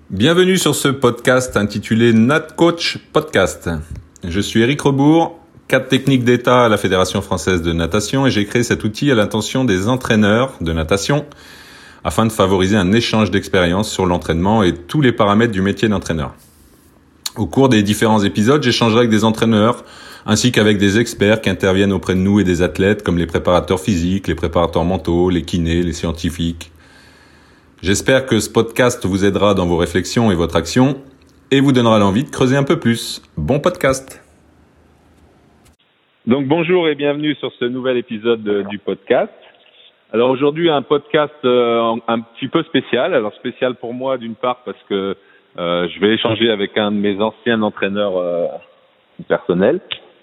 Bienvenue sur ce podcast intitulé NatCoach Podcast. Je suis Éric Rebourg, cadre technique d'État à la Fédération française de natation et j'ai créé cet outil à l'intention des entraîneurs de natation afin de favoriser un échange d'expériences sur l'entraînement et tous les paramètres du métier d'entraîneur. Au cours des différents épisodes, j'échangerai avec des entraîneurs ainsi qu'avec des experts qui interviennent auprès de nous et des athlètes comme les préparateurs physiques, les préparateurs mentaux, les kinés, les scientifiques. J'espère que ce podcast vous aidera dans vos réflexions et votre action et vous donnera l'envie de creuser un peu plus. Bon podcast. Donc bonjour et bienvenue sur ce nouvel épisode du podcast. Alors aujourd'hui un podcast un petit peu spécial. Alors spécial pour moi d'une part parce que je vais échanger avec un de mes anciens entraîneurs personnels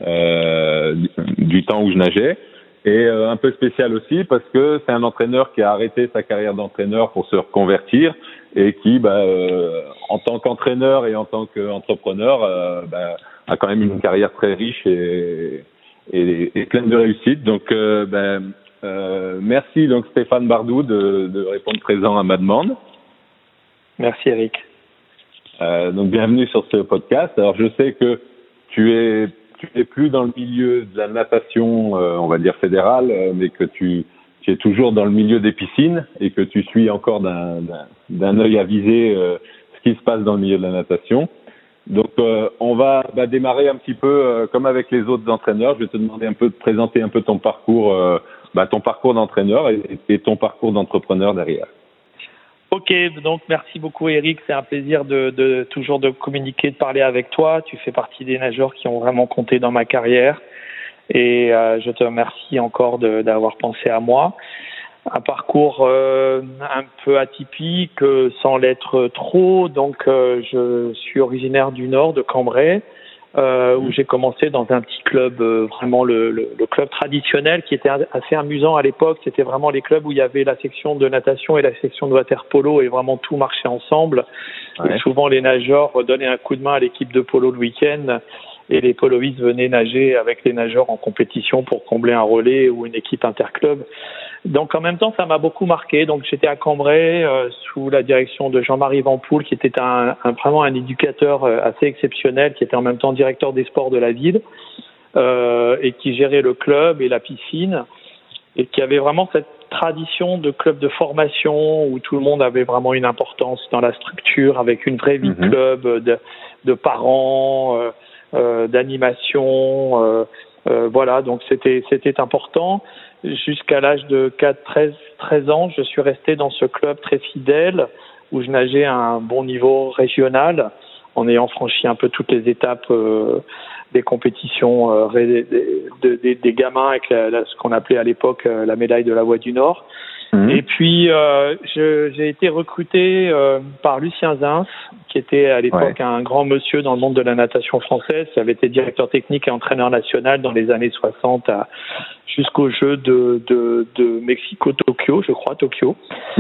du temps où je nageais. Et un peu spécial aussi parce que c'est un entraîneur qui a arrêté sa carrière d'entraîneur pour se reconvertir et qui, en tant qu'entraîneur et en tant qu'entrepreneur, a quand même une carrière très riche et pleine de réussite. Donc, merci donc Stéphane Bardou de répondre présent à ma demande. Merci Eric. Donc bienvenue sur ce podcast. Alors je sais que tu es plus dans le milieu de la natation, on va dire fédérale, mais que tu es toujours dans le milieu des piscines et que tu suis encore d'un œil avisé ce qui se passe dans le milieu de la natation. Donc, on va démarrer un petit peu comme avec les autres entraîneurs. Je vais te demander un peu de présenter un peu ton parcours d'entraîneur et ton parcours d'entrepreneur derrière. Ok, donc merci beaucoup Eric, c'est un plaisir de toujours de communiquer, de parler avec toi. Tu fais partie des nageurs qui ont vraiment compté dans ma carrière et je te remercie encore d'avoir pensé à moi. Un parcours un peu atypique, sans l'être trop. Donc je suis originaire du Nord, de Cambrai, où j'ai commencé dans un petit club, vraiment le club traditionnel qui était assez amusant à l'époque. C'était vraiment les clubs où il y avait la section de natation et la section de water-polo et vraiment tout marchait ensemble. Ouais. Et souvent les nageurs donnaient un coup de main à l'équipe de polo le week-end et les poloistes venaient nager avec les nageurs en compétition pour combler un relais ou une équipe interclub. Donc en même temps, ça m'a beaucoup marqué. Donc j'étais à Cambrai sous la direction de Jean-Marie Vampoul, qui était vraiment un éducateur assez exceptionnel, qui était en même temps directeur des sports de la ville et qui gérait le club et la piscine et qui avait vraiment cette tradition de club de formation où tout le monde avait vraiment une importance dans la structure avec une vraie vie de club, de parents, d'animation. Voilà, donc c'était important. Jusqu'à l'âge de 13 ans, je suis resté dans ce club très fidèle où je nageais à un bon niveau régional en ayant franchi un peu toutes les étapes des compétitions des gamins avec ce qu'on appelait à l'époque la médaille de la Voie du Nord. Et puis j'ai été recruté par Lucien Zins, qui était à l'époque un grand monsieur dans le monde de la natation française, qui avait été directeur technique et entraîneur national dans les années 60 jusqu'aux Jeux de Mexico-Tokyo, je crois, Tokyo.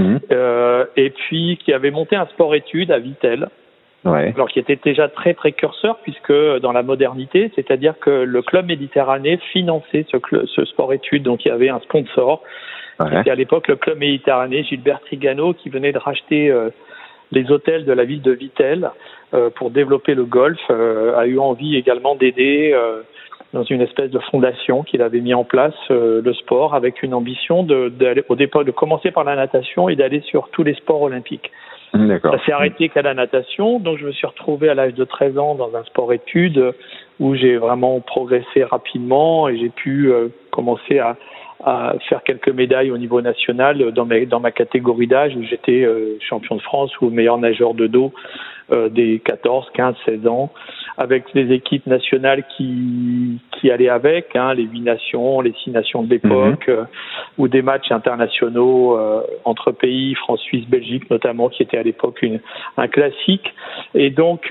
Et puis qui avait monté un sport-études à Vittel. Alors qui était déjà très précurseur puisque dans la modernité, c'est-à-dire que le club Méditerranée finançait ce sport-études, donc il y avait un sponsor. C'était à l'époque le club Méditerranée, Gilbert Trigano, qui venait de racheter les hôtels de la ville de Vittel pour développer le golf, a eu envie également d'aider dans une espèce de fondation qu'il avait mis en place le sport avec une ambition de commencer par la natation et d'aller sur tous les sports olympiques. Ça s'est arrêté qu'à la natation, donc je me suis retrouvé à l'âge de 13 ans dans un sport-études où j'ai vraiment progressé rapidement et j'ai pu commencer à faire quelques médailles au niveau national dans ma catégorie d'âge où j'étais champion de France ou meilleur nageur de dos des 14, 15, 16 ans avec les équipes nationales qui allaient avec, les 8 nations, les 6 nations de l'époque ou des matchs internationaux entre pays, France, Suisse, Belgique notamment, qui était à l'époque un classique. Et donc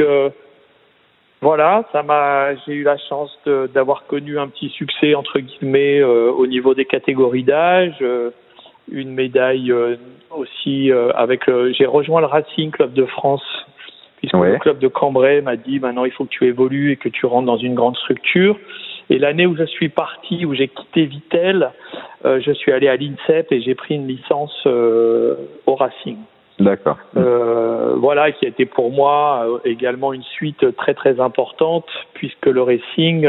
voilà, j'ai eu la chance d'avoir connu un petit succès entre guillemets au niveau des catégories d'âge, une médaille aussi j'ai rejoint le Racing Club de France puisque le club de Cambrai m'a dit maintenant il faut que tu évolues et que tu rentres dans une grande structure. Et l'année où je suis parti, où j'ai quitté Vittel, je suis allé à l'INSEP et j'ai pris une licence au Racing. D'accord. Voilà, qui a été pour moi également une suite très très importante, puisque le racing,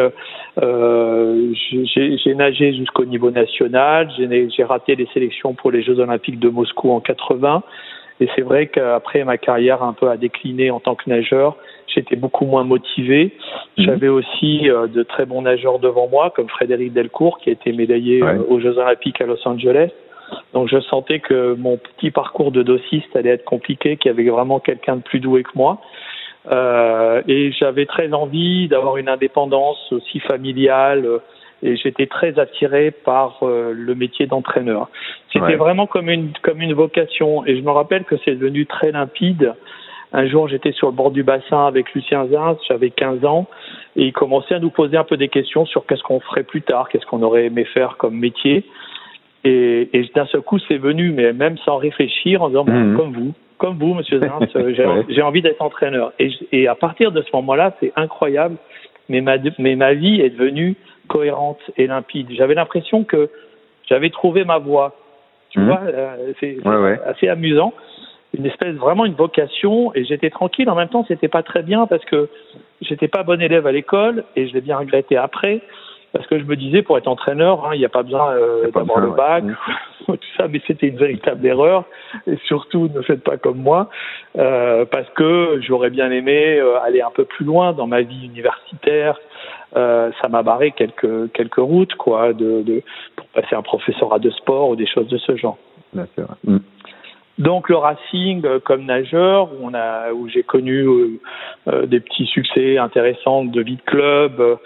j'ai nagé jusqu'au niveau national, j'ai raté les sélections pour les Jeux Olympiques de Moscou en 80, et c'est vrai qu'après ma carrière un peu a décliné en tant que nageur, j'étais beaucoup moins motivé. J'avais aussi de très bons nageurs devant moi, comme Frédéric Delcourt, qui a été médaillé aux Jeux Olympiques à Los Angeles. Donc je sentais que mon petit parcours de dossiste allait être compliqué, qu'il y avait vraiment quelqu'un de plus doué que moi. Et j'avais très envie d'avoir une indépendance aussi familiale, et j'étais très attiré par le métier d'entraîneur. C'était vraiment comme une vocation, et je me rappelle que c'est devenu très limpide. Un jour, j'étais sur le bord du bassin avec Lucien Zins, j'avais 15 ans, et il commençait à nous poser un peu des questions sur qu'est-ce qu'on ferait plus tard, qu'est-ce qu'on aurait aimé faire comme métier. Et d'un seul coup, c'est venu, mais même sans réfléchir, en disant comme vous, Monsieur Zins, j'ai envie d'être entraîneur. Et à partir de ce moment-là, c'est incroyable, mais ma vie est devenue cohérente et limpide. J'avais l'impression que j'avais trouvé ma voie. Tu vois, c'est assez amusant. Vraiment une vocation, et j'étais tranquille. En même temps, c'était pas très bien parce que j'étais pas bon élève à l'école, et je l'ai bien regretté après. Parce que je me disais, pour être entraîneur, il n'y a pas besoin d'avoir le bac, tout ça, mais c'était une véritable erreur. Et surtout, ne faites pas comme moi, parce que j'aurais bien aimé aller un peu plus loin dans ma vie universitaire. Ça m'a barré quelques routes, quoi, pour passer un professorat de sport ou des choses de ce genre. Bien sûr. Donc le racing comme nageur, où j'ai connu des petits succès intéressants de vie de club,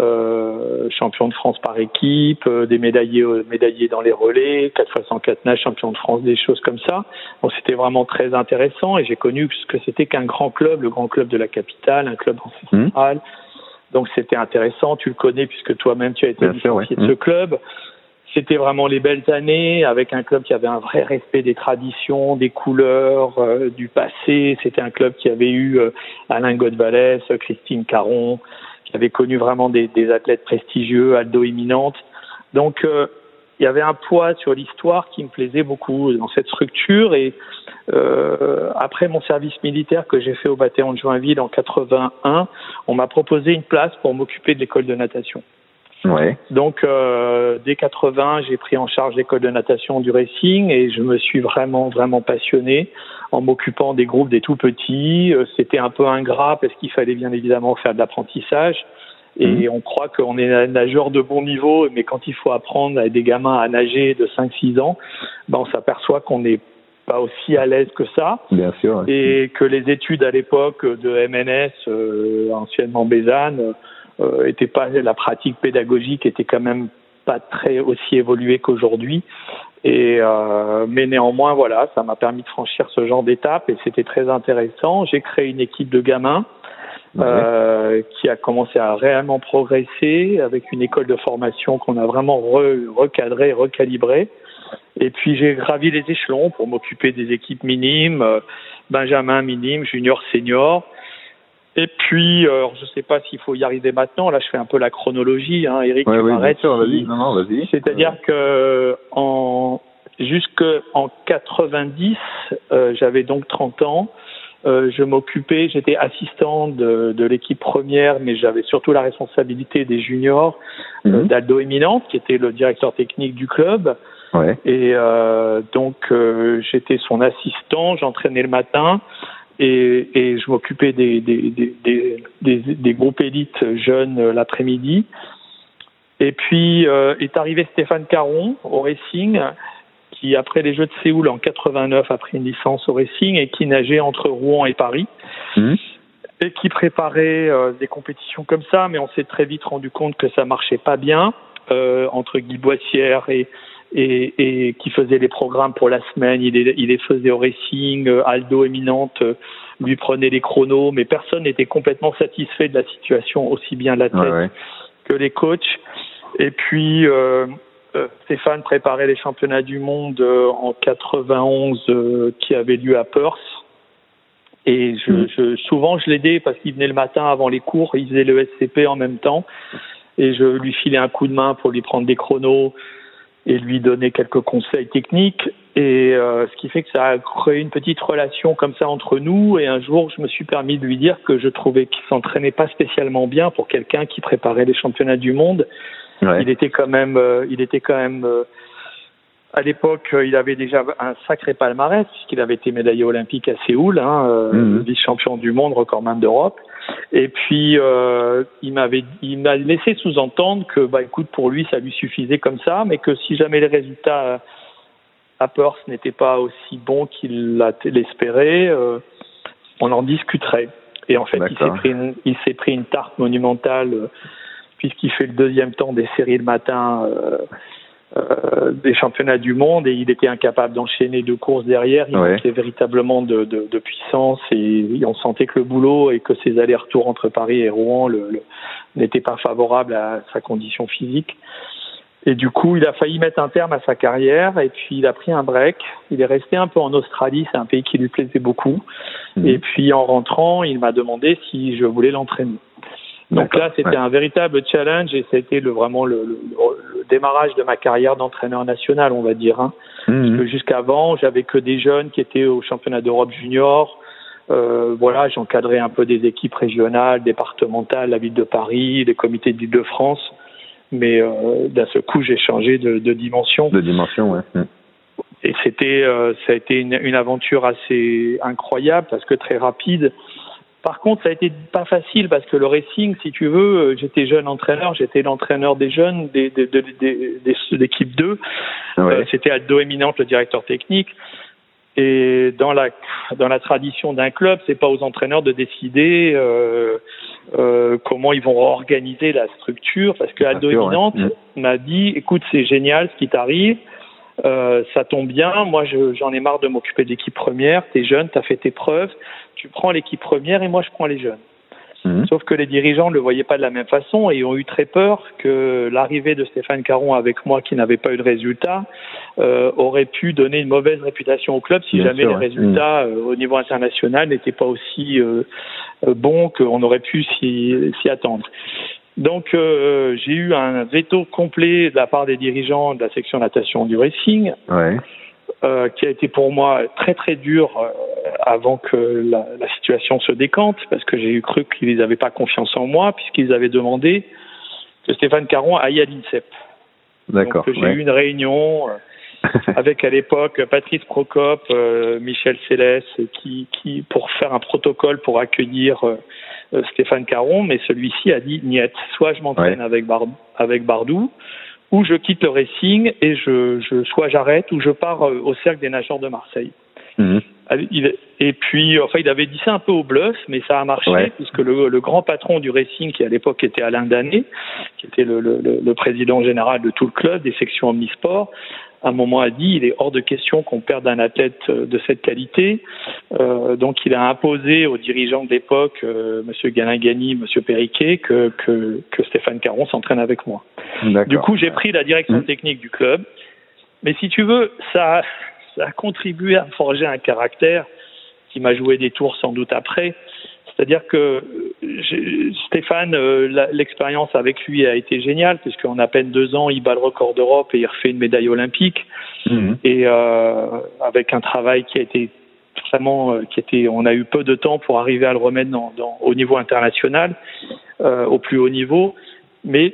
champion de France par équipe, des médaillés dans les relais, 4x100 nage, champion de France, des choses comme ça. Donc c'était vraiment très intéressant, et j'ai connu ce que c'était qu'un grand club, le grand club de la capitale, un club ancestral. Donc c'était intéressant, tu le connais puisque toi-même tu as été licencié de ce club. C'était vraiment les belles années, avec un club qui avait un vrai respect des traditions, des couleurs, du passé. C'était un club qui avait eu Alain Godvalès, Christine Caron, qui avait connu vraiment des athlètes prestigieux, Aldo Eminente. Donc, il y avait un poids sur l'histoire qui me plaisait beaucoup dans cette structure. Et après mon service militaire que j'ai fait au bataillon de Joinville en 81, on m'a proposé une place pour m'occuper de l'école de natation. Donc, dès 80, j'ai pris en charge l'école de natation du racing, et je me suis vraiment, vraiment passionné en m'occupant des groupes des tout petits. C'était un peu ingrat parce qu'il fallait bien évidemment faire de l'apprentissage. Et on croit qu'on est un nageur de bon niveau, mais quand il faut apprendre à des gamins à nager de 5-6 ans, on s'aperçoit qu'on n'est pas aussi à l'aise que ça. Bien sûr. Et que les études à l'époque de MNS, anciennement Bézanne, était pas, la pratique pédagogique était quand même pas très aussi évoluée qu'aujourd'hui, mais néanmoins voilà, ça m'a permis de franchir ce genre d'étape, et c'était très intéressant. J'ai créé une équipe de gamins qui a commencé à réellement progresser, avec une école de formation qu'on a vraiment recadrée, recalibrée. Et puis j'ai gravi les échelons pour m'occuper des équipes minimes, Benjamin minime, junior, senior. Et puis, je sais pas s'il faut y arriver maintenant. Là, je fais un peu la chronologie, Eric. Bien sûr, vas-y. Non, vas-y. C'est-à-dire que jusqu'en 90, j'avais donc 30 ans. J'étais assistant de l'équipe première, mais j'avais surtout la responsabilité des juniors, d'Aldo Eminente, qui était le directeur technique du club. Et donc, j'étais son assistant, j'entraînais le matin. Et je m'occupais des groupes élites jeunes l'après-midi. Et puis est arrivé Stéphane Caron au racing, qui après les Jeux de Séoul en 89 a pris une licence au racing, et qui nageait entre Rouen et Paris, et qui préparait des compétitions comme ça, mais on s'est très vite rendu compte que ça marchait pas bien entre Guy Boissière et qui faisait les programmes pour la semaine, il les faisait au racing. Aldo Eminente lui prenait les chronos, mais personne n'était complètement satisfait de la situation, aussi bien l'athlète que les coachs. Et puis Stéphane préparait les championnats du monde en 91 qui avaient lieu à Perth. Et souvent je l'aidais parce qu'il venait le matin avant les cours, il faisait le SCP en même temps, et je lui filais un coup de main pour lui prendre des chronos. et lui donner quelques conseils techniques. Et ce qui fait que ça a créé une petite relation comme ça entre nous. Et un jour, je me suis permis de lui dire que je trouvais qu'il s'entraînait pas spécialement bien pour quelqu'un qui préparait les championnats du monde. Ouais. Il était quand même à l'époque, il avait déjà un sacré palmarès puisqu'il avait été médaillé olympique à Séoul, vice-champion du monde, recordman d'Europe. Et puis il m'a laissé sous-entendre que écoute, pour lui ça lui suffisait comme ça, mais que si jamais les résultats à Perth n'étaient pas aussi bons qu'il l'espérait, on en discuterait. Et en fait, il s'est pris une tarte monumentale puisqu'il fait le deuxième temps des séries le matin des championnats du monde et il était incapable d'enchaîner 2 courses derrière. Il manquait véritablement de puissance et on sentait que le boulot et que ses allers-retours entre Paris et Rouen n'étaient pas favorables à sa condition physique. Et du coup, il a failli mettre un terme à sa carrière et puis il a pris un break. Il est resté un peu en Australie, c'est un pays qui lui plaisait beaucoup. Et puis en rentrant, il m'a demandé si je voulais l'entraîner. Donc là, c'était un véritable challenge et c'était vraiment le démarrage de ma carrière d'entraîneur national, on va dire. Parce que jusqu'avant, j'avais que des jeunes qui étaient au championnat d'Europe junior. J'encadrais un peu des équipes régionales, départementales, la ville de Paris, les comités d'Île-de-France. Mais d'un seul coup, j'ai changé de dimension. De dimension, ouais. Et ça a été une aventure assez incroyable parce que très rapide. Par contre, ça a été pas facile parce que le racing, si tu veux, j'étais jeune entraîneur, j'étais l'entraîneur des jeunes de l'équipe 2. Ouais. C'était Aldo Eminente, le directeur technique. Et dans la tradition d'un club, c'est pas aux entraîneurs de décider comment ils vont organiser la structure, parce que Aldo Eminente m'a dit, écoute, c'est génial ce qui t'arrive. Ça tombe bien, moi j'en ai marre de m'occuper de l'équipe première, t'es jeune, t'as fait tes preuves, tu prends l'équipe première et moi je prends les jeunes. Sauf que les dirigeants ne le voyaient pas de la même façon et ont eu très peur que l'arrivée de Stéphane Caron avec moi qui n'avait pas eu de résultats aurait pu donner une mauvaise réputation au club si jamais les résultats au niveau international n'étaient pas aussi bons qu'on aurait pu s'y attendre. Donc j'ai eu un veto complet de la part des dirigeants de la section natation du Racing, qui a été pour moi très très dur avant que la situation se décante, parce que j'ai cru qu'ils n'avaient pas confiance en moi, puisqu'ils avaient demandé que Stéphane Caron aille à l'INSEP. D'accord. Donc j'ai eu une réunion avec à l'époque Patrice Procope, Michel Célès, qui pour faire un protocole pour accueillir Stéphane Caron, mais celui-ci a dit niet, soit je m'entraîne avec Bardou, ou je quitte le Racing et soit j'arrête ou je pars au Cercle des nageurs de Marseille. Et puis, il avait dit ça un peu au bluff, mais ça a marché, puisque le grand patron du Racing, qui à l'époque était Alain Danet, qui était le président général de tout le club, des sections omnisport, à un moment a dit, il est hors de question qu'on perde un athlète de cette qualité. Donc il a imposé aux dirigeants de l'époque, Monsieur Galingani, Monsieur Périquet, que Stéphane Caron s'entraîne avec moi. Du coup, j'ai pris la direction technique du club. Mais si tu veux, ça a contribué à forger un caractère qui m'a joué des tours sans doute après. C'est-à-dire que Stéphane, l'expérience avec lui a été géniale, puisqu'en à peine 2 ans, il bat le record d'Europe et il refait une médaille olympique. Et avec un travail qui a été on a eu peu de temps pour arriver à le remettre au niveau international, au plus haut niveau. Mais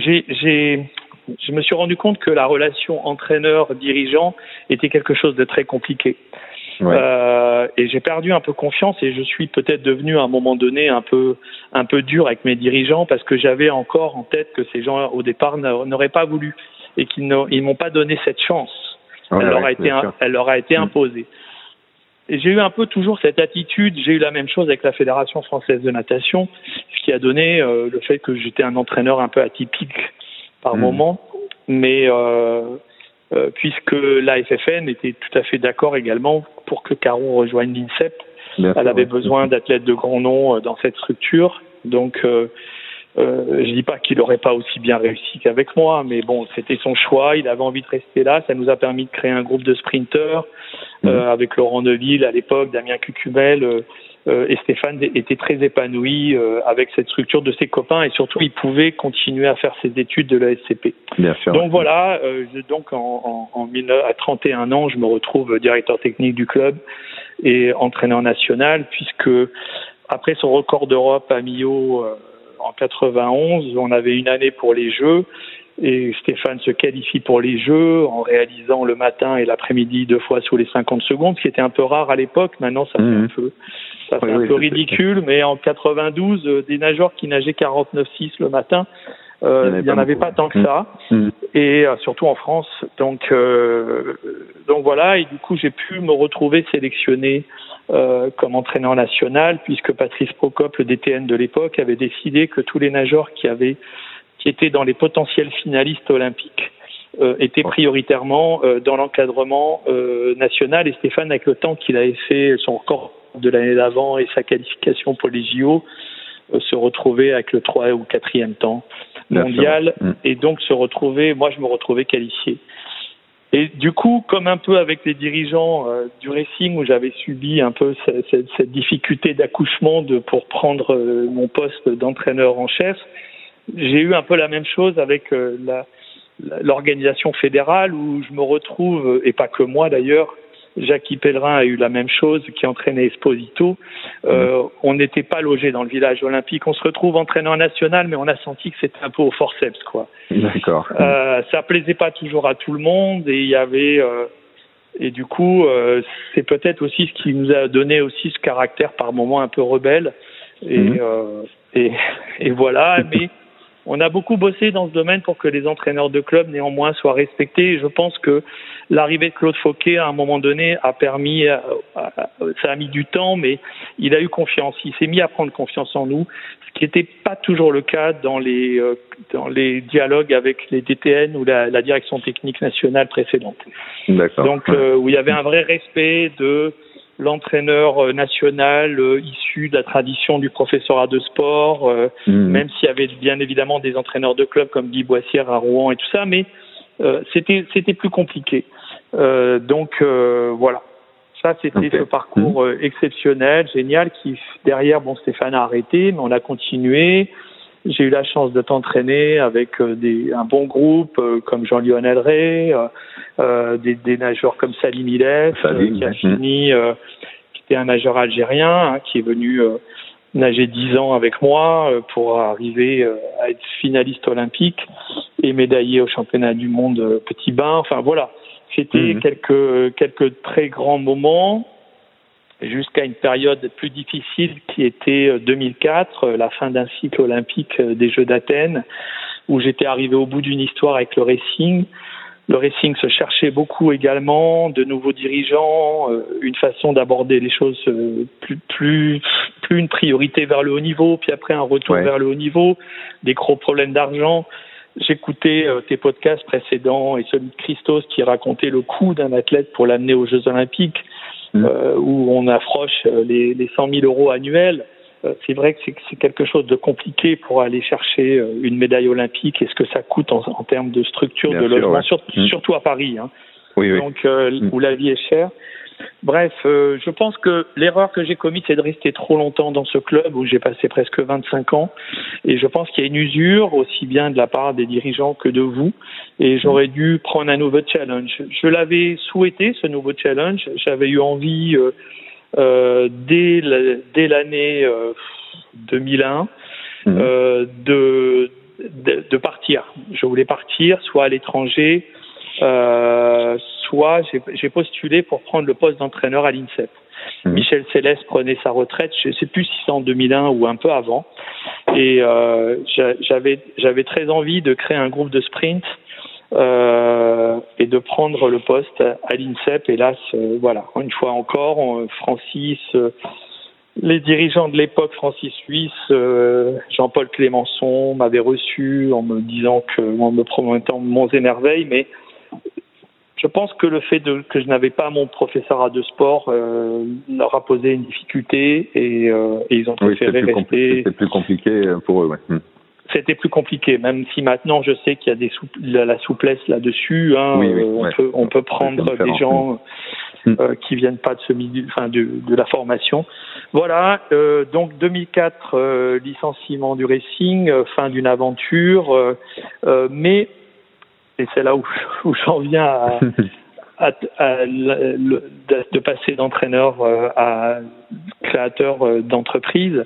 je me suis rendu compte que la relation entraîneur-dirigeant était quelque chose de très compliqué. Et j'ai perdu un peu confiance et je suis peut-être devenu à un moment donné un peu dur avec mes dirigeants parce que j'avais encore en tête que ces gens au départ n'auraient pas voulu et qu'ils m'ont pas donné cette chance. Elle leur a été imposée. Et j'ai eu un peu toujours cette attitude, j'ai eu la même chose avec la Fédération française de natation, ce qui a donné le fait que j'étais un entraîneur un peu atypique par moment, mais puisque la FFN était tout à fait d'accord également pour que Caron rejoigne l'INSEP. Elle avait besoin d'athlètes de grand nom dans cette structure, donc je dis pas qu'il n'aurait pas aussi bien réussi qu'avec moi, mais bon, c'était son choix, il avait envie de rester là, ça nous a permis de créer un groupe de sprinteurs avec Laurent Neville à l'époque, Damien Cucumel, Et Stéphane était très épanoui avec cette structure de ses copains et surtout il pouvait continuer à faire ses études de l'ESCP. Bien sûr. Donc voilà, à 31 ans, je me retrouve directeur technique du club et entraîneur national puisque après son record d'Europe à Millau en 91, on avait une année pour les Jeux. Et Stéphane se qualifie pour les Jeux en réalisant le matin et l'après-midi 2 fois sous les 50 secondes, ce qui était un peu rare à l'époque. Maintenant, ça fait un peu ridicule. Mais en 92, des nageurs qui nageaient 49,6 le matin, il n'y en avait pas tant que ça. Et surtout en France. Donc voilà. Et du coup, j'ai pu me retrouver sélectionné comme entraîneur national, puisque Patrice Procope, le DTN de l'époque, avait décidé que tous les nageurs qui étaient dans les potentiels finalistes olympiques étaient prioritairement dans l'encadrement national. Et Stéphane, avec le temps qu'il avait fait son record de l'année d'avant et sa qualification pour les JO, se retrouvait avec le 3 ou 4e temps mondial. Et donc moi je me retrouvais qualifié. Et du coup, comme un peu avec les dirigeants du racing où j'avais subi un peu cette difficulté d'accouchement pour prendre mon poste d'entraîneur en chef, j'ai eu un peu la même chose avec l'organisation fédérale où je me retrouve, et pas que moi d'ailleurs, Jackie Pellerin a eu la même chose, qui entraînait Esposito. On n'était pas logé dans le village olympique. On se retrouve entraîneur national, mais on a senti que c'était un peu au forceps, quoi. D'accord. Ça plaisait pas toujours à tout le monde, et il y avait et du coup, c'est peut-être aussi ce qui nous a donné aussi ce caractère par moments un peu rebelle. Et voilà. Mais on a beaucoup bossé dans ce domaine pour que les entraîneurs de club néanmoins soient respectés. Et je pense que l'arrivée de Claude Fauquet à un moment donné a permis, ça a mis du temps, mais il a eu confiance. Il s'est mis à prendre confiance en nous, ce qui n'était pas toujours le cas dans les dialogues avec les DTN ou la direction technique nationale précédente. D'accord. Donc où il y avait un vrai respect de l'entraîneur national issu de la tradition du professorat de sport, même s'il y avait bien évidemment des entraîneurs de club comme Guy Boissière à Rouen et tout ça, mais c'était plus compliqué. Donc voilà, ça c'était ce parcours exceptionnel, génial, qui derrière, Stéphane a arrêté, mais on a continué. J'ai eu la chance de t'entraîner avec un bon groupe comme Jean-Lionel Ray, des nageurs comme Salim Ilef, qui a fini, qui était un nageur algérien, qui est venu nager 10 ans avec moi pour arriver à être finaliste olympique et médaillé au championnat du monde petit bain. Enfin voilà, c'était quelques très grands moments, jusqu'à une période plus difficile qui était 2004, la fin d'un cycle olympique des Jeux d'Athènes, où j'étais arrivé au bout d'une histoire avec le racing. Le racing se cherchait beaucoup également, de nouveaux dirigeants, une façon d'aborder les choses plus une priorité vers le haut niveau, puis après un retour vers le haut niveau, des gros problèmes d'argent. J'écoutais tes podcasts précédents et celui de Christos qui racontait le coût d'un athlète pour l'amener aux Jeux Olympiques, où on approche les 100 000 euros annuels. C'est vrai que c'est quelque chose de compliqué pour aller chercher une médaille olympique et ce que ça coûte en termes de structure, de logement, surtout à Paris, donc où la vie est chère. Bref, je pense que l'erreur que j'ai commise, c'est de rester trop longtemps dans ce club où j'ai passé presque 25 ans. Et je pense qu'il y a une usure, aussi bien de la part des dirigeants que de vous. Et j'aurais dû prendre un nouveau challenge. Je l'avais souhaité, ce nouveau challenge. J'avais eu envie, dès l'année 2001, de partir. Je voulais partir, soit à l'étranger, soit j'ai postulé pour prendre le poste d'entraîneur à l'INSEP. Michel Céleste prenait sa retraite, je ne sais plus si c'est en 2001 ou un peu avant, et j'avais très envie de créer un groupe de sprint et de prendre le poste à l'INSEP. Hélas, voilà, une fois encore, Francis, les dirigeants de l'époque, Francis Suisse, Jean-Paul Clémenceau, m'avaient reçu en me disant en me promettant monts et merveilles, mais je pense que le fait que je n'avais pas mon professorat de sport leur a posé une difficulté et ils ont préféré rester. C'était plus compliqué pour eux, C'était plus compliqué, même si maintenant je sais qu'il y a la souplesse là-dessus. On peut prendre des gens qui viennent pas de ce milieu, enfin de la formation. Voilà, donc 2004, licenciement du racing, fin d'une aventure, mais et c'est là où j'en viens de passer d'entraîneur à créateur d'entreprise.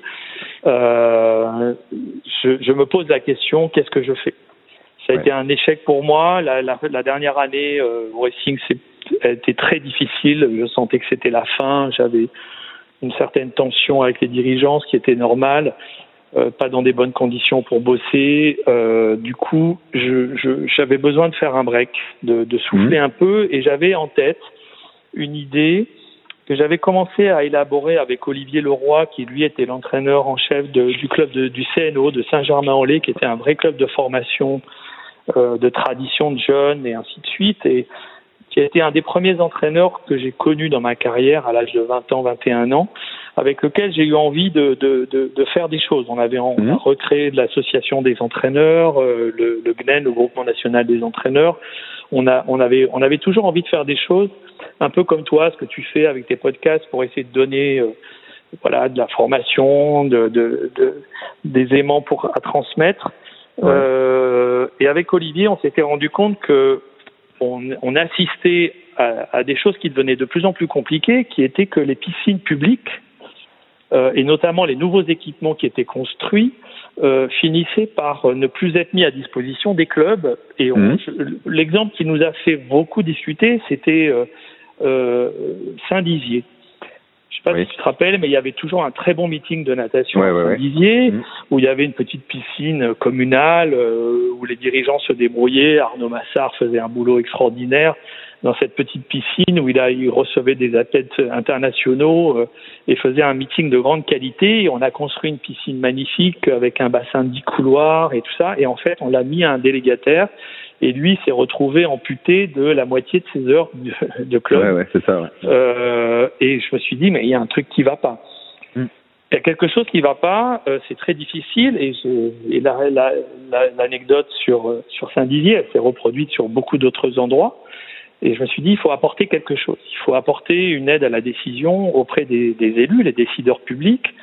Je me pose la question, qu'est-ce que je fais? Ça a été un échec pour moi. La dernière année au racing, a été très difficile. Je sentais que c'était la fin. J'avais une certaine tension avec les dirigeants, ce qui était normal. Pas dans des bonnes conditions pour bosser. Du coup, j'avais besoin de faire un break, de souffler un peu, et j'avais en tête une idée que j'avais commencé à élaborer avec Olivier Leroy, qui lui était l'entraîneur en chef du club du CNO de Saint-Germain-en-Laye, qui était un vrai club de formation, de tradition de jeunes et ainsi de suite, et qui a été un des premiers entraîneurs que j'ai connus dans ma carrière à l'âge de 20 ans, 21 ans, avec lequel j'ai eu envie de faire des choses. On a recréé de l'association des entraîneurs, le GNEN, le Groupement National des Entraîneurs. On avait toujours envie de faire des choses, un peu comme toi, ce que tu fais avec tes podcasts pour essayer de donner, de la formation, des aimants à transmettre. Ouais. Et avec Olivier, on s'était rendu compte que on assistait à des choses qui devenaient de plus en plus compliquées, qui étaient que les piscines publiques, et notamment les nouveaux équipements qui étaient construits, finissaient par ne plus être mis à disposition des clubs. Et l'exemple qui nous a fait beaucoup discuter, c'était Saint-Dizier. Je sais pas si tu te rappelles, mais il y avait toujours un très bon meeting de natation à Saint-Dizier, où il y avait une petite piscine communale, où les dirigeants se débrouillaient. Arnaud Massard faisait un boulot extraordinaire dans cette petite piscine, où il recevait des athlètes internationaux et faisait un meeting de grande qualité. Et on a construit une piscine magnifique avec un bassin de 10 couloirs et tout ça. Et en fait, on l'a mis à un délégataire. Et lui s'est retrouvé amputé de la moitié de ses heures de club. Ouais, c'est ça. Ouais. Et je me suis dit, mais il y a un truc qui va pas. Il y a quelque chose qui va pas. C'est très difficile. Et l'anecdote sur Saint-Dizier, elle s'est reproduite sur beaucoup d'autres endroits. Et je me suis dit, il faut apporter quelque chose. Il faut apporter une aide à la décision auprès des élus, les décideurs publics,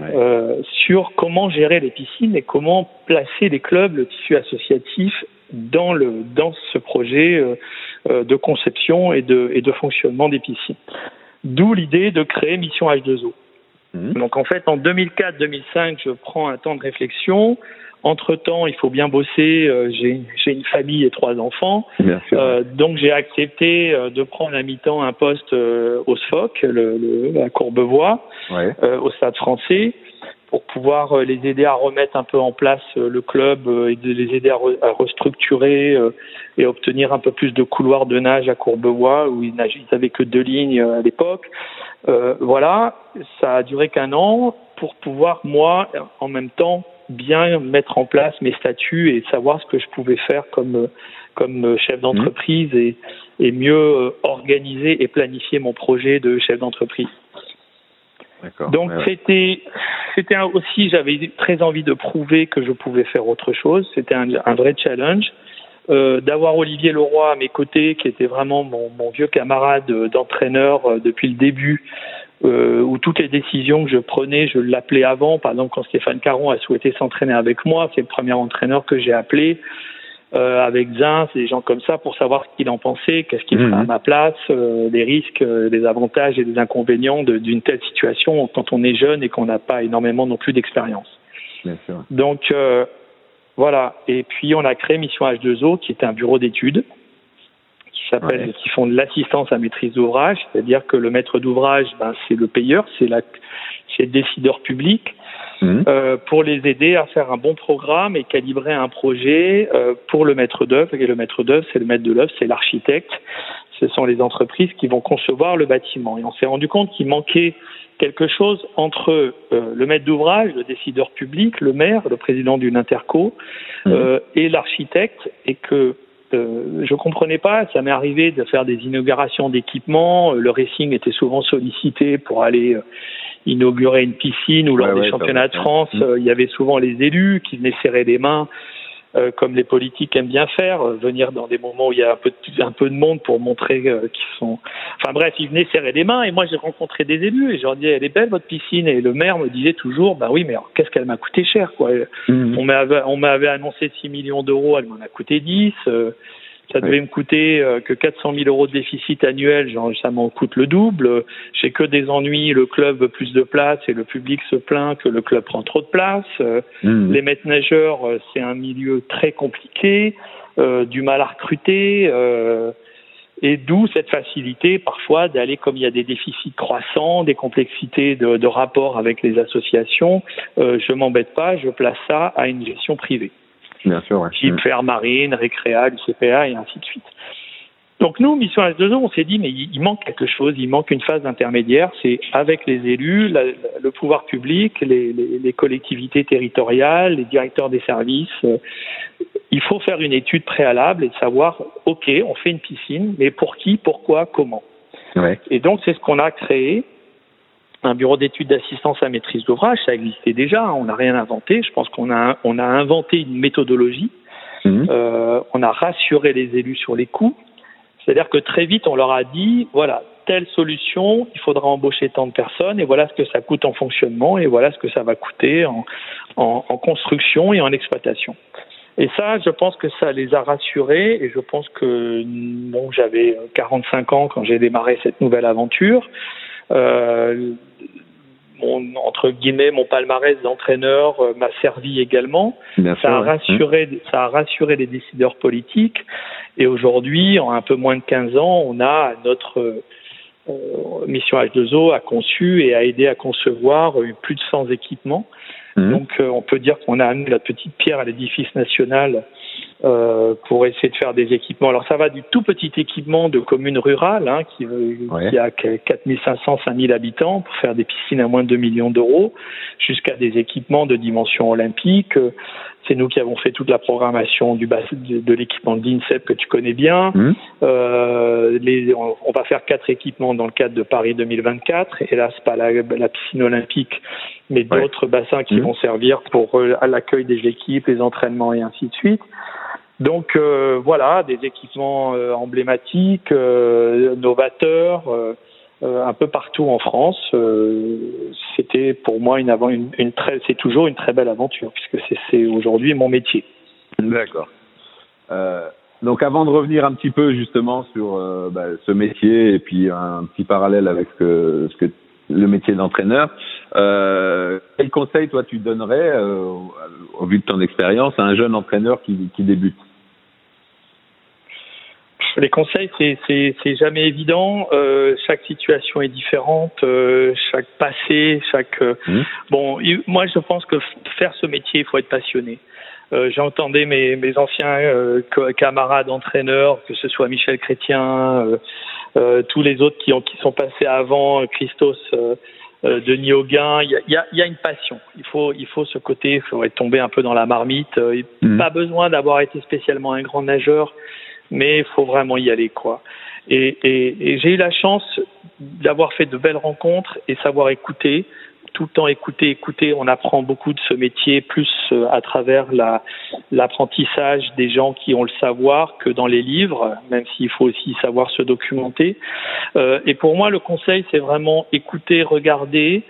sur comment gérer les piscines et comment placer les clubs, le tissu associatif dans ce projet de conception et de fonctionnement des piscines. D'où l'idée de créer Mission H2O. Donc en fait, en 2004-2005, je prends un temps de réflexion. Entre-temps, il faut bien bosser. J'ai une famille et 3 enfants. Donc j'ai accepté de prendre à mi-temps un poste au SFOC, à Courbevoie, au Stade Français, pour pouvoir les aider à remettre un peu en place le club et de les aider à restructurer et obtenir un peu plus de couloirs de nage à Courbevoie, où ils n'avaient que 2 lignes à l'époque. Voilà, ça a duré qu'1 an pour pouvoir, moi, en même temps, bien mettre en place mes statuts et savoir ce que je pouvais faire comme chef d'entreprise et mieux organiser et planifier mon projet de chef d'entreprise. D'accord. Donc c'était aussi, j'avais très envie de prouver que je pouvais faire autre chose. C'était un vrai challenge. D'avoir Olivier Leroy à mes côtés, qui était vraiment mon vieux camarade d'entraîneur depuis le début, où toutes les décisions que je prenais, je l'appelais avant. Par exemple, quand Stéphane Caron a souhaité s'entraîner avec moi, c'est le premier entraîneur que j'ai appelé, avec Zin, des gens comme ça, pour savoir ce qu'il en pensait, qu'est-ce qu'il ferait à ma place, les risques, les avantages et les inconvénients d'une telle situation quand on est jeune et qu'on n'a pas énormément non plus d'expérience. Bien sûr. Donc, voilà. Et puis, on a créé Mission H2O, qui est un bureau d'études, qui font de l'assistance à maîtrise d'ouvrage, c'est-à-dire que le maître d'ouvrage, c'est le payeur, c'est le décideur public, pour les aider à faire un bon programme et calibrer un projet pour le maître d'œuvre. Et le maître d'œuvre, c'est le maître de l'œuvre, c'est l'architecte. Ce sont les entreprises qui vont concevoir le bâtiment. Et on s'est rendu compte qu'il manquait quelque chose entre le maître d'ouvrage, le décideur public, le maire, le président d'une interco, et l'architecte, et que je comprenais pas. Ça m'est arrivé de faire des inaugurations d'équipements. Le racing était souvent sollicité pour aller inaugurer une piscine ou lors des championnats de France. Il y avait souvent les élus qui venaient serrer les mains comme les politiques aiment bien faire, venir dans des moments où il y a un peu de monde pour montrer qu'ils sont... Enfin bref, ils venaient serrer les mains et moi j'ai rencontré des élus et je leur disais, elle est belle votre piscine, et le maire me disait toujours, bah oui, mais alors, qu'est-ce qu'elle m'a coûté cher, quoi. On m'avait annoncé 6 millions d'euros, elle m'en a coûté 10, ça devait me coûter que 400 000 euros de déficit annuel, genre ça m'en coûte le double. J'ai que des ennuis, le club veut plus de place et le public se plaint que le club prend trop de place. Les maîtres nageurs, c'est un milieu très compliqué, du mal à recruter, et d'où cette facilité parfois d'aller, comme il y a des déficits croissants, des complexités de rapport avec les associations, je m'embête pas, je place ça à une gestion privée. Bien sûr, ouais. Type Faire Marine, Récréa, l'UCPA et ainsi de suite. Donc nous, Mission H2O, on s'est dit, mais il manque quelque chose, il manque une phase intermédiaire, c'est avec les élus, le pouvoir public, les collectivités territoriales, les directeurs des services. Il faut faire une étude préalable et savoir, ok, on fait une piscine, mais pour qui, pourquoi, comment. Ouais. Et donc c'est ce qu'on a créé. Un bureau d'études d'assistance à maîtrise d'ouvrage, ça existait déjà, on n'a rien inventé. Je pense qu'on a inventé une méthodologie. On a rassuré les élus sur les coûts. C'est-à-dire que très vite, on leur a dit, voilà, telle solution, il faudra embaucher tant de personnes, et voilà ce que ça coûte en fonctionnement, et voilà ce que ça va coûter en construction et en exploitation. Et ça, je pense que ça les a rassurés, et je pense que, bon, j'avais 45 ans quand j'ai démarré cette nouvelle aventure. Entre guillemets, mon palmarès d'entraîneur m'a servi également. Ça a rassuré les décideurs politiques. Et aujourd'hui, en un peu moins de 15 ans, on a notre Mission H2O a conçu et a aidé à concevoir plus de 100 équipements. Donc, on peut dire qu'on a amené la petite pierre à l'édifice national pour essayer de faire des équipements. Alors, ça va du tout petit équipement de commune rurale, qui a 4500, 5000 habitants, pour faire des piscines à moins de 2 millions d'euros, jusqu'à des équipements de dimension olympique. C'est nous qui avons fait toute la programmation de l'équipement de l'INSEP que tu connais bien. On va faire 4 équipements dans le cadre de Paris 2024. Hélas, pas la piscine olympique, mais d'autres bassins qui vont servir pour l'accueil des équipes, les entraînements et ainsi de suite. Donc voilà, des équipements emblématiques, novateurs, un peu partout en France. C'était pour moi c'est toujours une très belle aventure, puisque c'est aujourd'hui mon métier. D'accord. Donc avant de revenir un petit peu justement sur ce métier et puis un petit parallèle avec ce que le métier d'entraîneur, quel conseil toi tu donnerais au vu de ton expérience à un jeune entraîneur qui débute? Les conseils, c'est jamais évident. Chaque situation est différente, chaque passé, moi je pense que faire ce métier, il faut être passionné. J'entendais mes anciens camarades entraîneurs, que ce soit Michel Chrétien, tous les autres qui sont passés avant, Christos, Denis Auguin. Il y a une passion. Il faut ce côté, il faut être tombé un peu dans la marmite. Pas besoin d'avoir été spécialement un grand nageur, mais il faut vraiment y aller, quoi. Et j'ai eu la chance d'avoir fait de belles rencontres et savoir écouter, tout le temps écouter. On apprend beaucoup de ce métier, plus à travers l'apprentissage des gens qui ont le savoir que dans les livres, même s'il faut aussi savoir se documenter. Et pour moi, le conseil, c'est vraiment écouter, regarder,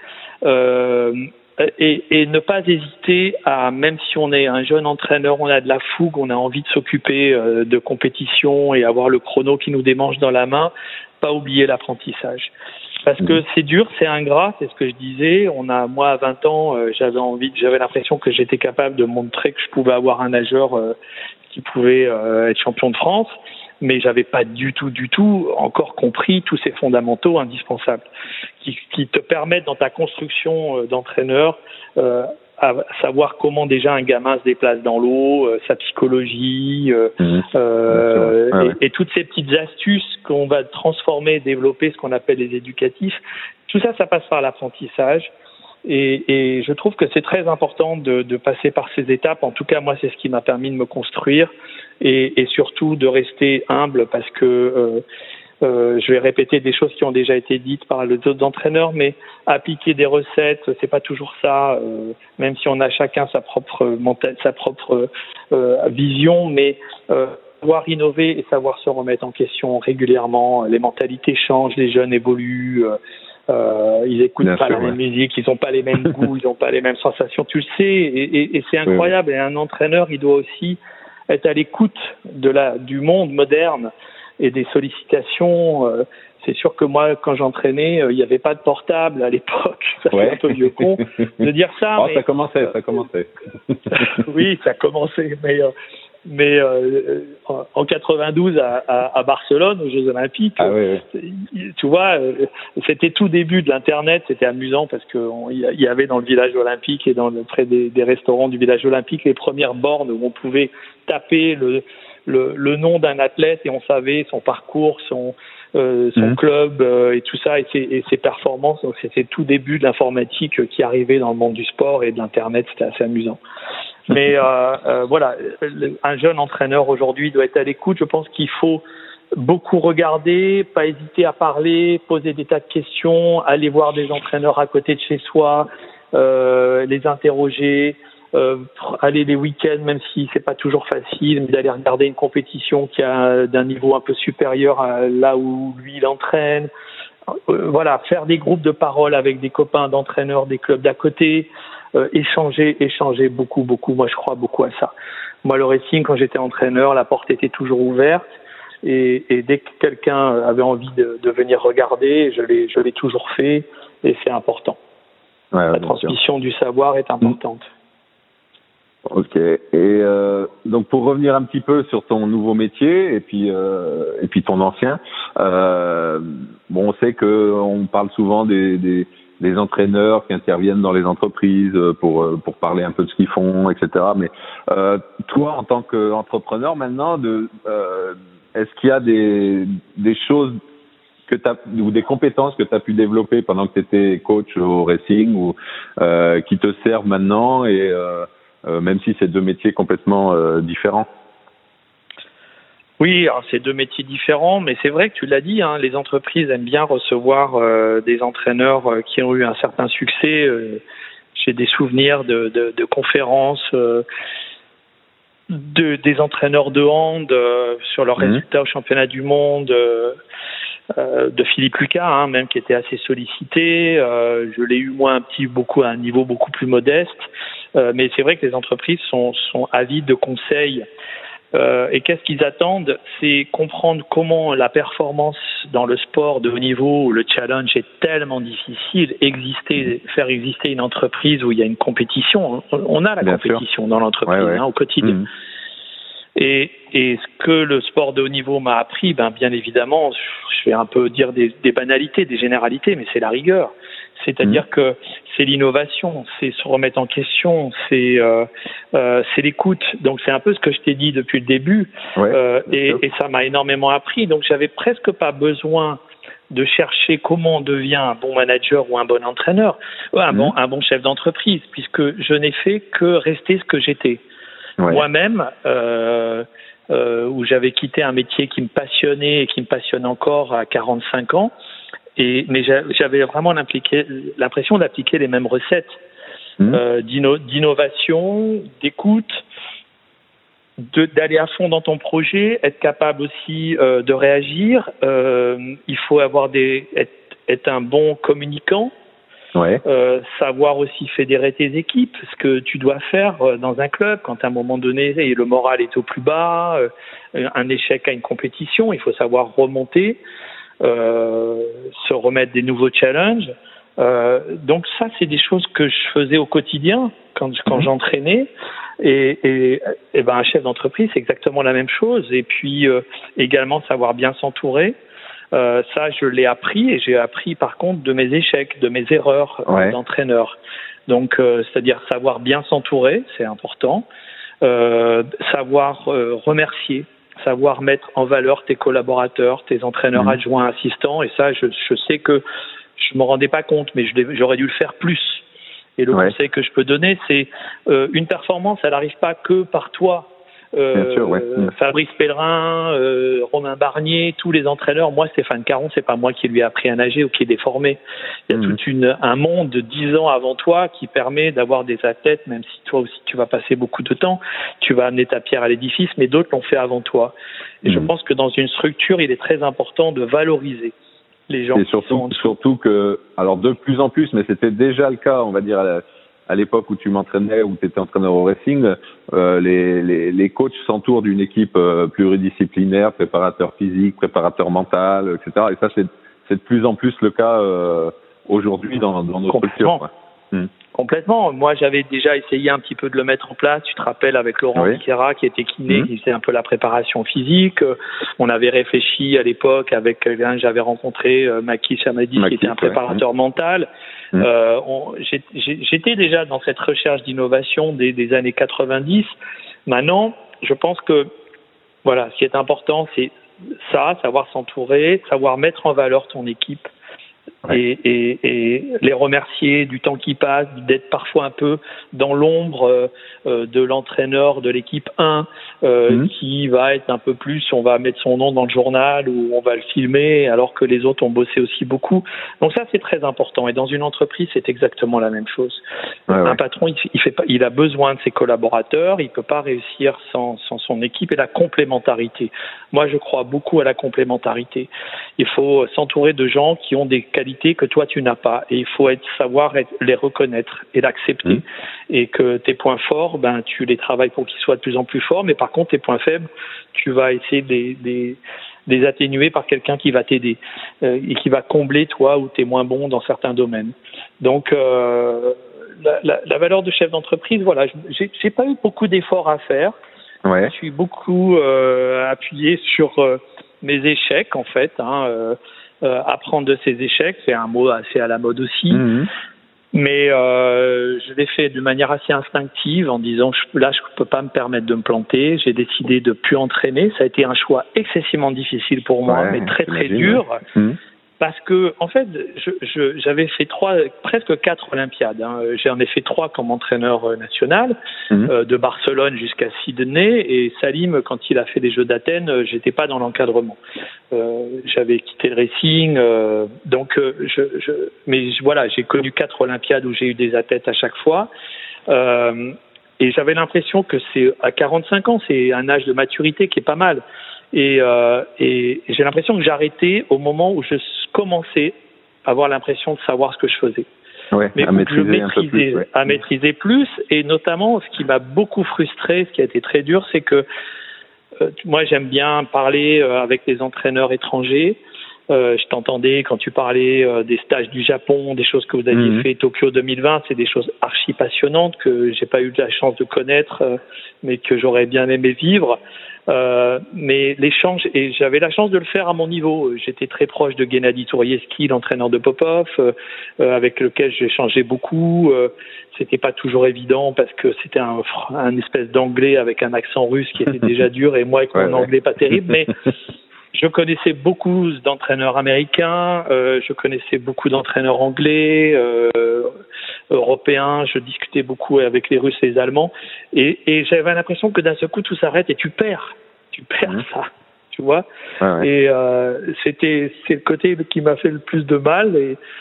et ne pas hésiter à, même si on est un jeune entraîneur, on a de la fougue, on a envie de s'occuper de compétition et avoir le chrono qui nous démange dans la main, pas oublier l'apprentissage. Parce que c'est dur, c'est ingrat, c'est ce que je disais. Moi, à 20 ans, j'avais l'impression que j'étais capable de montrer que je pouvais avoir un nageur qui pouvait être champion de France, mais j'avais pas du tout encore compris tous ces fondamentaux indispensables qui te permettent dans ta construction d'entraîneur à savoir comment déjà un gamin se déplace dans l'eau, sa psychologie, et toutes ces petites astuces qu'on va transformer, développer, ce qu'on appelle les éducatifs. Tout ça, ça passe par l'apprentissage. Et je trouve que c'est très important de passer par ces étapes. En tout cas, moi, c'est ce qui m'a permis de me construire et surtout de rester humble, parce que je vais répéter des choses qui ont déjà été dites par les autres entraîneurs, mais appliquer des recettes, c'est pas toujours ça, même si on a chacun sa propre vision, mais savoir innover et savoir se remettre en question régulièrement. Les mentalités changent, les jeunes évoluent, ils écoutent pas la même musique, ils ont pas les mêmes goûts, ils ont pas les mêmes sensations, tu le sais, et c'est incroyable. Et un entraîneur, il doit aussi être à l'écoute du monde moderne et des sollicitations. C'est sûr que moi, quand j'entraînais, il n'y avait pas de portable à l'époque. Ça fait un peu vieux con de dire ça. Oh, mais ça commençait. Oui, ça commençait. Mais en 92 à Barcelone, aux Jeux Olympiques, tu vois, c'était tout début de l'Internet. C'était amusant parce qu'il y avait dans le village olympique et près des restaurants du village olympique les premières bornes où on pouvait taper le nom d'un athlète et on savait son parcours, son club et tout ça et ses performances. Donc c'était tout début de l'informatique qui arrivait dans le monde du sport et de l'Internet. C'était assez amusant. Mais voilà, un jeune entraîneur aujourd'hui doit être à l'écoute. Je pense qu'il faut beaucoup regarder, pas hésiter à parler, poser des tas de questions, aller voir des entraîneurs à côté de chez soi, les interroger, aller les week-ends, même si c'est pas toujours facile, mais d'aller regarder une compétition qui a d'un niveau un peu supérieur à là où lui il entraîne. Voilà, faire des groupes de parole avec des copains d'entraîneurs des clubs d'à côté, échanger beaucoup. Moi, je crois beaucoup à ça. Moi, le racing, quand j'étais entraîneur, la porte était toujours ouverte et dès que quelqu'un avait envie de venir regarder, je l'ai toujours fait et c'est important. La transmission du savoir est importante. Ok. Et donc pour revenir un petit peu sur ton nouveau métier et puis ton ancien, bon, on sait que on parle souvent des entraîneurs qui interviennent dans les entreprises pour parler un peu de ce qu'ils font, etc. Mais toi, en tant qu'entrepreneur maintenant, est-ce qu'il y a des choses ou des compétences que tu as pu développer pendant que tu étais coach au racing ou qui te servent maintenant et même si c'est deux métiers complètement différents? Oui, alors c'est deux métiers différents, mais c'est vrai que tu l'as dit, hein, les entreprises aiment bien recevoir des entraîneurs qui ont eu un certain succès. J'ai des souvenirs de conférences des entraîneurs de hand sur leurs résultats au championnat du monde, de Philippe Lucas, hein, même qui était assez sollicité. Je l'ai eu moi à un niveau beaucoup plus modeste, mais c'est vrai que les entreprises sont avides de conseils. Et qu'est-ce qu'ils attendent? C'est comprendre comment la performance dans le sport de haut niveau, où le challenge est tellement difficile, faire exister une entreprise où il y a une compétition. On a la compétition dans l'entreprise hein, au quotidien. Et ce que le sport de haut niveau m'a appris, bien évidemment, je vais un peu dire des banalités, des généralités, mais c'est la rigueur. C'est-à-dire que c'est l'innovation, c'est se remettre en question, c'est l'écoute. Donc c'est un peu ce que je t'ai dit depuis le début, et ça m'a énormément appris. Donc j'avais presque pas besoin de chercher comment on devient un bon manager ou un bon entraîneur, un bon chef d'entreprise, puisque je n'ai fait que rester ce que j'étais. Moi-même, où j'avais quitté un métier qui me passionnait et qui me passionne encore à 45 ans. Mais j'avais vraiment l'impression d'appliquer les mêmes recettes d'innovation, d'écoute, d'aller à fond dans ton projet, être capable aussi de réagir. Il faut être un bon communicant, savoir aussi fédérer tes équipes, ce que tu dois faire dans un club quand à un moment donné le moral est au plus bas, un échec à une compétition, il faut savoir remonter. Se remettre des nouveaux challenges. Donc ça, c'est des choses que je faisais au quotidien quand j'entraînais. Et un chef d'entreprise, c'est exactement la même chose. Et puis également savoir bien s'entourer. Ça, je l'ai appris et j'ai appris par contre de mes échecs, de mes erreurs d'entraîneur. Donc, c'est-à-dire savoir bien s'entourer, c'est important. Savoir remercier. Savoir mettre en valeur tes collaborateurs, tes entraîneurs adjoints, assistants. Et ça, je sais que je me rendais pas compte, mais j'aurais dû le faire plus. Et le conseil que je peux donner, c'est une performance, elle n'arrive pas que par toi. Bien sûr, ouais. Fabrice Pellerin, Romain Barnier, tous les entraîneurs. Moi, Stéphane Caron, c'est pas moi qui lui ai appris à nager ou qui l'ai formé. Il y a tout un monde de 10 ans avant toi qui permet d'avoir des athlètes, même si toi aussi tu vas passer beaucoup de temps, tu vas amener ta pierre à l'édifice, mais d'autres l'ont fait avant toi. Et je pense que dans une structure, il est très important de valoriser les gens. Et surtout que, alors de plus en plus, mais c'était déjà le cas, on va dire, à l'époque où tu m'entraînais, où tu étais entraîneur au racing, les coachs s'entourent d'une équipe pluridisciplinaire, préparateur physique, préparateur mental, etc. Et ça, c'est de plus en plus le cas aujourd'hui dans nos structures. Quoi. Complètement. Moi, j'avais déjà essayé un petit peu de le mettre en place. Tu te rappelles avec Laurent Viquera qui était kiné, qui faisait un peu la préparation physique. On avait réfléchi à l'époque avec quelqu'un que j'avais rencontré, Maki Chamadi, qui était un préparateur mental. J'étais déjà dans cette recherche d'innovation des années 90. Maintenant, je pense que voilà, ce qui est important, c'est ça, savoir s'entourer, savoir mettre en valeur ton équipe. Et les remercier du temps qui passe, d'être parfois un peu dans l'ombre de l'entraîneur de l'équipe 1 qui va être un peu plus, on va mettre son nom dans le journal ou on va le filmer alors que les autres ont bossé aussi beaucoup. Donc ça, c'est très important. Et dans une entreprise, c'est exactement la même chose. Un patron, il a besoin de ses collaborateurs, il peut pas réussir sans son équipe et la complémentarité. Moi, je crois beaucoup à la complémentarité. Il faut s'entourer de gens qui ont des qualités que toi tu n'as pas et il faut savoir les reconnaître et l'accepter et que tes points forts, tu les travailles pour qu'ils soient de plus en plus forts, mais par contre tes points faibles, tu vas essayer de les atténuer par quelqu'un qui va t'aider et qui va combler toi où tu es moins bon dans certains domaines. Donc la valeur de chef d'entreprise, voilà, j'ai pas eu beaucoup d'efforts à faire. Je suis beaucoup appuyé sur mes échecs en fait. Apprendre de ses échecs, c'est un mot assez à la mode aussi. Mais je l'ai fait de manière assez instinctive en disant là je peux pas me permettre de me planter. J'ai décidé de plus entraîner. Ça a été un choix excessivement difficile pour moi, mais très très dur. Parce que en fait, j'avais fait presque 4 Olympiades. J'en ai fait 3 comme entraîneur national, de Barcelone jusqu'à Sydney. Et Salim, quand il a fait les Jeux d'Athènes, j'étais pas dans l'encadrement. J'avais quitté le racing. Mais voilà, j'ai connu 4 Olympiades où j'ai eu des athlètes à chaque fois. Et j'avais l'impression que c'est à 45 ans, c'est un âge de maturité qui est pas mal. Et j'ai l'impression que j'arrêtais au moment où je commençais à avoir l'impression de savoir ce que je faisais. Mais à maîtriser plus. Et notamment, ce qui m'a beaucoup frustré, ce qui a été très dur, c'est que moi, j'aime bien parler avec les entraîneurs étrangers. Je t'entendais quand tu parlais des stages du Japon, des choses que vous aviez fait Tokyo 2020, c'est des choses archi passionnantes que j'ai pas eu la chance de connaître, mais que j'aurais bien aimé vivre. Mais l'échange, et j'avais la chance de le faire à mon niveau. J'étais très proche de Gennady Tourieski, l'entraîneur de Popov, avec lequel j'échangeais beaucoup. C'était pas toujours évident parce que c'était un espèce d'anglais avec un accent russe qui était déjà dur et moi avec mon anglais pas terrible, mais je connaissais beaucoup d'entraîneurs américains, je connaissais beaucoup d'entraîneurs anglais, européens, je discutais beaucoup avec les Russes et les Allemands, et j'avais l'impression que d'un seul coup tout s'arrête et tu perds ça, tu vois. Et c'est le côté qui m'a fait le plus de mal,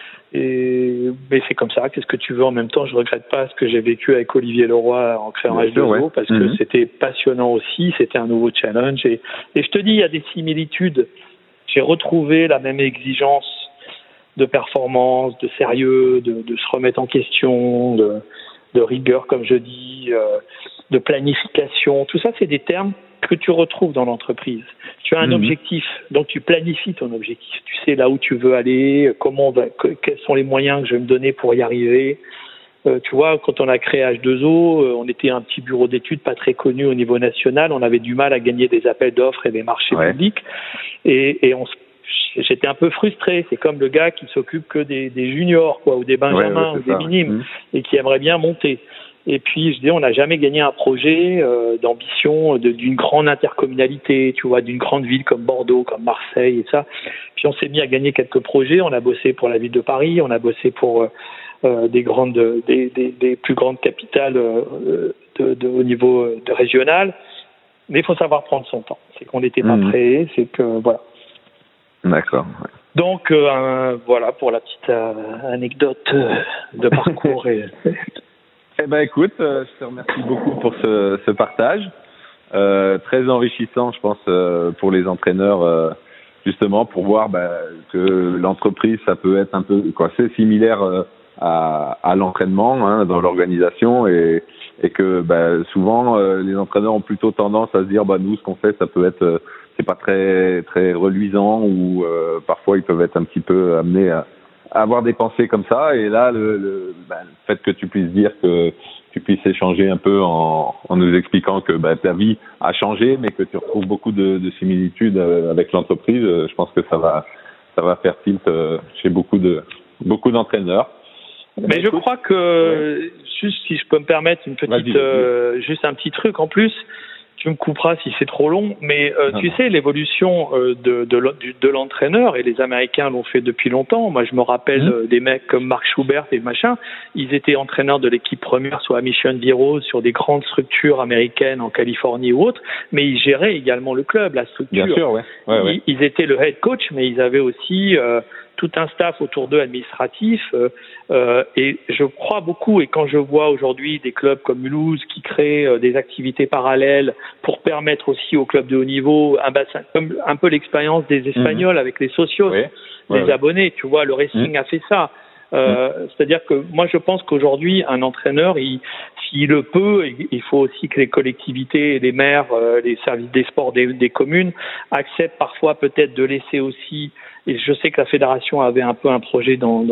mais c'est comme ça. Qu'est-ce que tu veux? En même temps, je regrette pas ce que j'ai vécu avec Olivier Leroy en créant H2O parce que c'était passionnant aussi. C'était un nouveau challenge. Et je te dis, il y a des similitudes. J'ai retrouvé la même exigence de performance, de sérieux, de se remettre en question, de rigueur, comme je dis, de planification. Tout ça, c'est des termes que tu retrouves dans l'entreprise. Tu as un objectif, donc tu planifies ton objectif. Tu sais là où tu veux aller, quels sont les moyens que je vais me donner pour y arriver. Tu vois, quand on a créé H2O, on était un petit bureau d'études pas très connu au niveau national. On avait du mal à gagner des appels d'offres et des marchés publics. Et j'étais un peu frustré. C'est comme le gars qui s'occupe que des juniors, quoi, ou des benjamins, ou des minimes, et qui aimerait bien monter. Et puis, je dis, on n'a jamais gagné un projet d'ambition d'une grande intercommunalité, tu vois, d'une grande ville comme Bordeaux, comme Marseille et ça. Puis, on s'est mis à gagner quelques projets. On a bossé pour la ville de Paris, on a bossé pour des plus grandes capitales au niveau régional. Mais il faut savoir prendre son temps. C'est qu'on n'était pas prêt, c'est que voilà. D'accord. Ouais. Donc voilà pour la petite anecdote de parcours. Eh ben écoute, je te remercie beaucoup pour ce partage. Très enrichissant, je pense, pour les entraîneurs, justement, pour voir que l'entreprise, ça peut être un peu c'est similaire à l'entraînement, hein, dans l'organisation, et que souvent les entraîneurs ont plutôt tendance à se dire nous, ce qu'on fait, ça peut être c'est pas très très reluisant, ou parfois ils peuvent être un petit peu amenés à avoir des pensées comme ça. Et là, le fait que tu puisses dire que tu puisses échanger un peu en nous expliquant que ta vie a changé, mais que tu retrouves beaucoup de similitudes avec l'entreprise, je pense que ça va faire tilt chez beaucoup d'entraîneurs. Mais je crois que, juste si je peux me permettre une petite, juste un petit truc en plus, tu me couperas si c'est trop long, mais tu sais, l'évolution de l'entraîneur, et les Américains l'ont fait depuis longtemps. Moi, je me rappelle des mecs comme Mark Schubert et machin, ils étaient entraîneurs de l'équipe première, soit à Mission Bureau, sur des grandes structures américaines en Californie ou autres, mais ils géraient également le club, la structure. Bien sûr, ouais. Ils étaient le head coach, mais ils avaient aussi tout un staff autour d'eux administratif, et je crois beaucoup, et quand je vois aujourd'hui des clubs comme Mulhouse qui créent des activités parallèles pour permettre aussi aux clubs de haut niveau un bassin, comme un peu l'expérience des Espagnols avec les socios, les abonnés, tu vois, le Racing a fait ça. C'est-à-dire que moi je pense qu'aujourd'hui un entraîneur, s'il le peut, il faut aussi que les collectivités, les maires, les services des sports des communes acceptent parfois peut-être de laisser aussi, et je sais que la fédération avait un peu un projet dans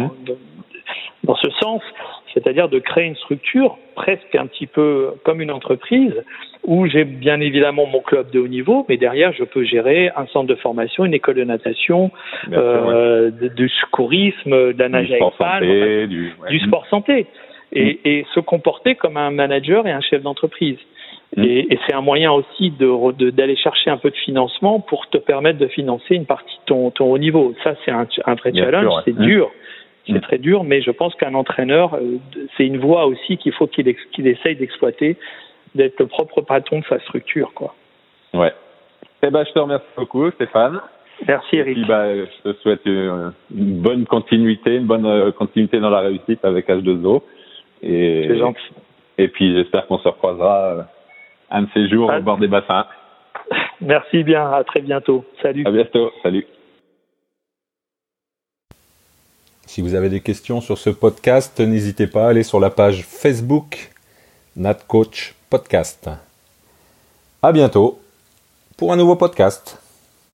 ce sens, c'est-à-dire de créer une structure presque un petit peu comme une entreprise où j'ai bien évidemment mon club de haut niveau, mais derrière je peux gérer un centre de formation, une école de natation, du secourisme, de la nage avec palme, du sport santé, et se comporter comme un manager et un chef d'entreprise. Et c'est un moyen aussi d'aller chercher un peu de financement pour te permettre de financer une partie de ton haut niveau. Ça, c'est un vrai challenge, c'est dur. C'est très dur, mais je pense qu'un entraîneur, c'est une voie aussi qu'il faut qu'il essaye d'exploiter, d'être le propre patron de sa structure, quoi. Ouais. Je te remercie beaucoup, Stéphane. Merci, Eric. Et puis, je te souhaite une bonne continuité, dans la réussite avec H2O. C'est gentil. Et puis, j'espère qu'on se recroisera un de ces jours au bord des bassins. Merci bien, à très bientôt. Salut. À bientôt, salut. Si vous avez des questions sur ce podcast, n'hésitez pas à aller sur la page Facebook NatCoach Podcast. À bientôt pour un nouveau podcast.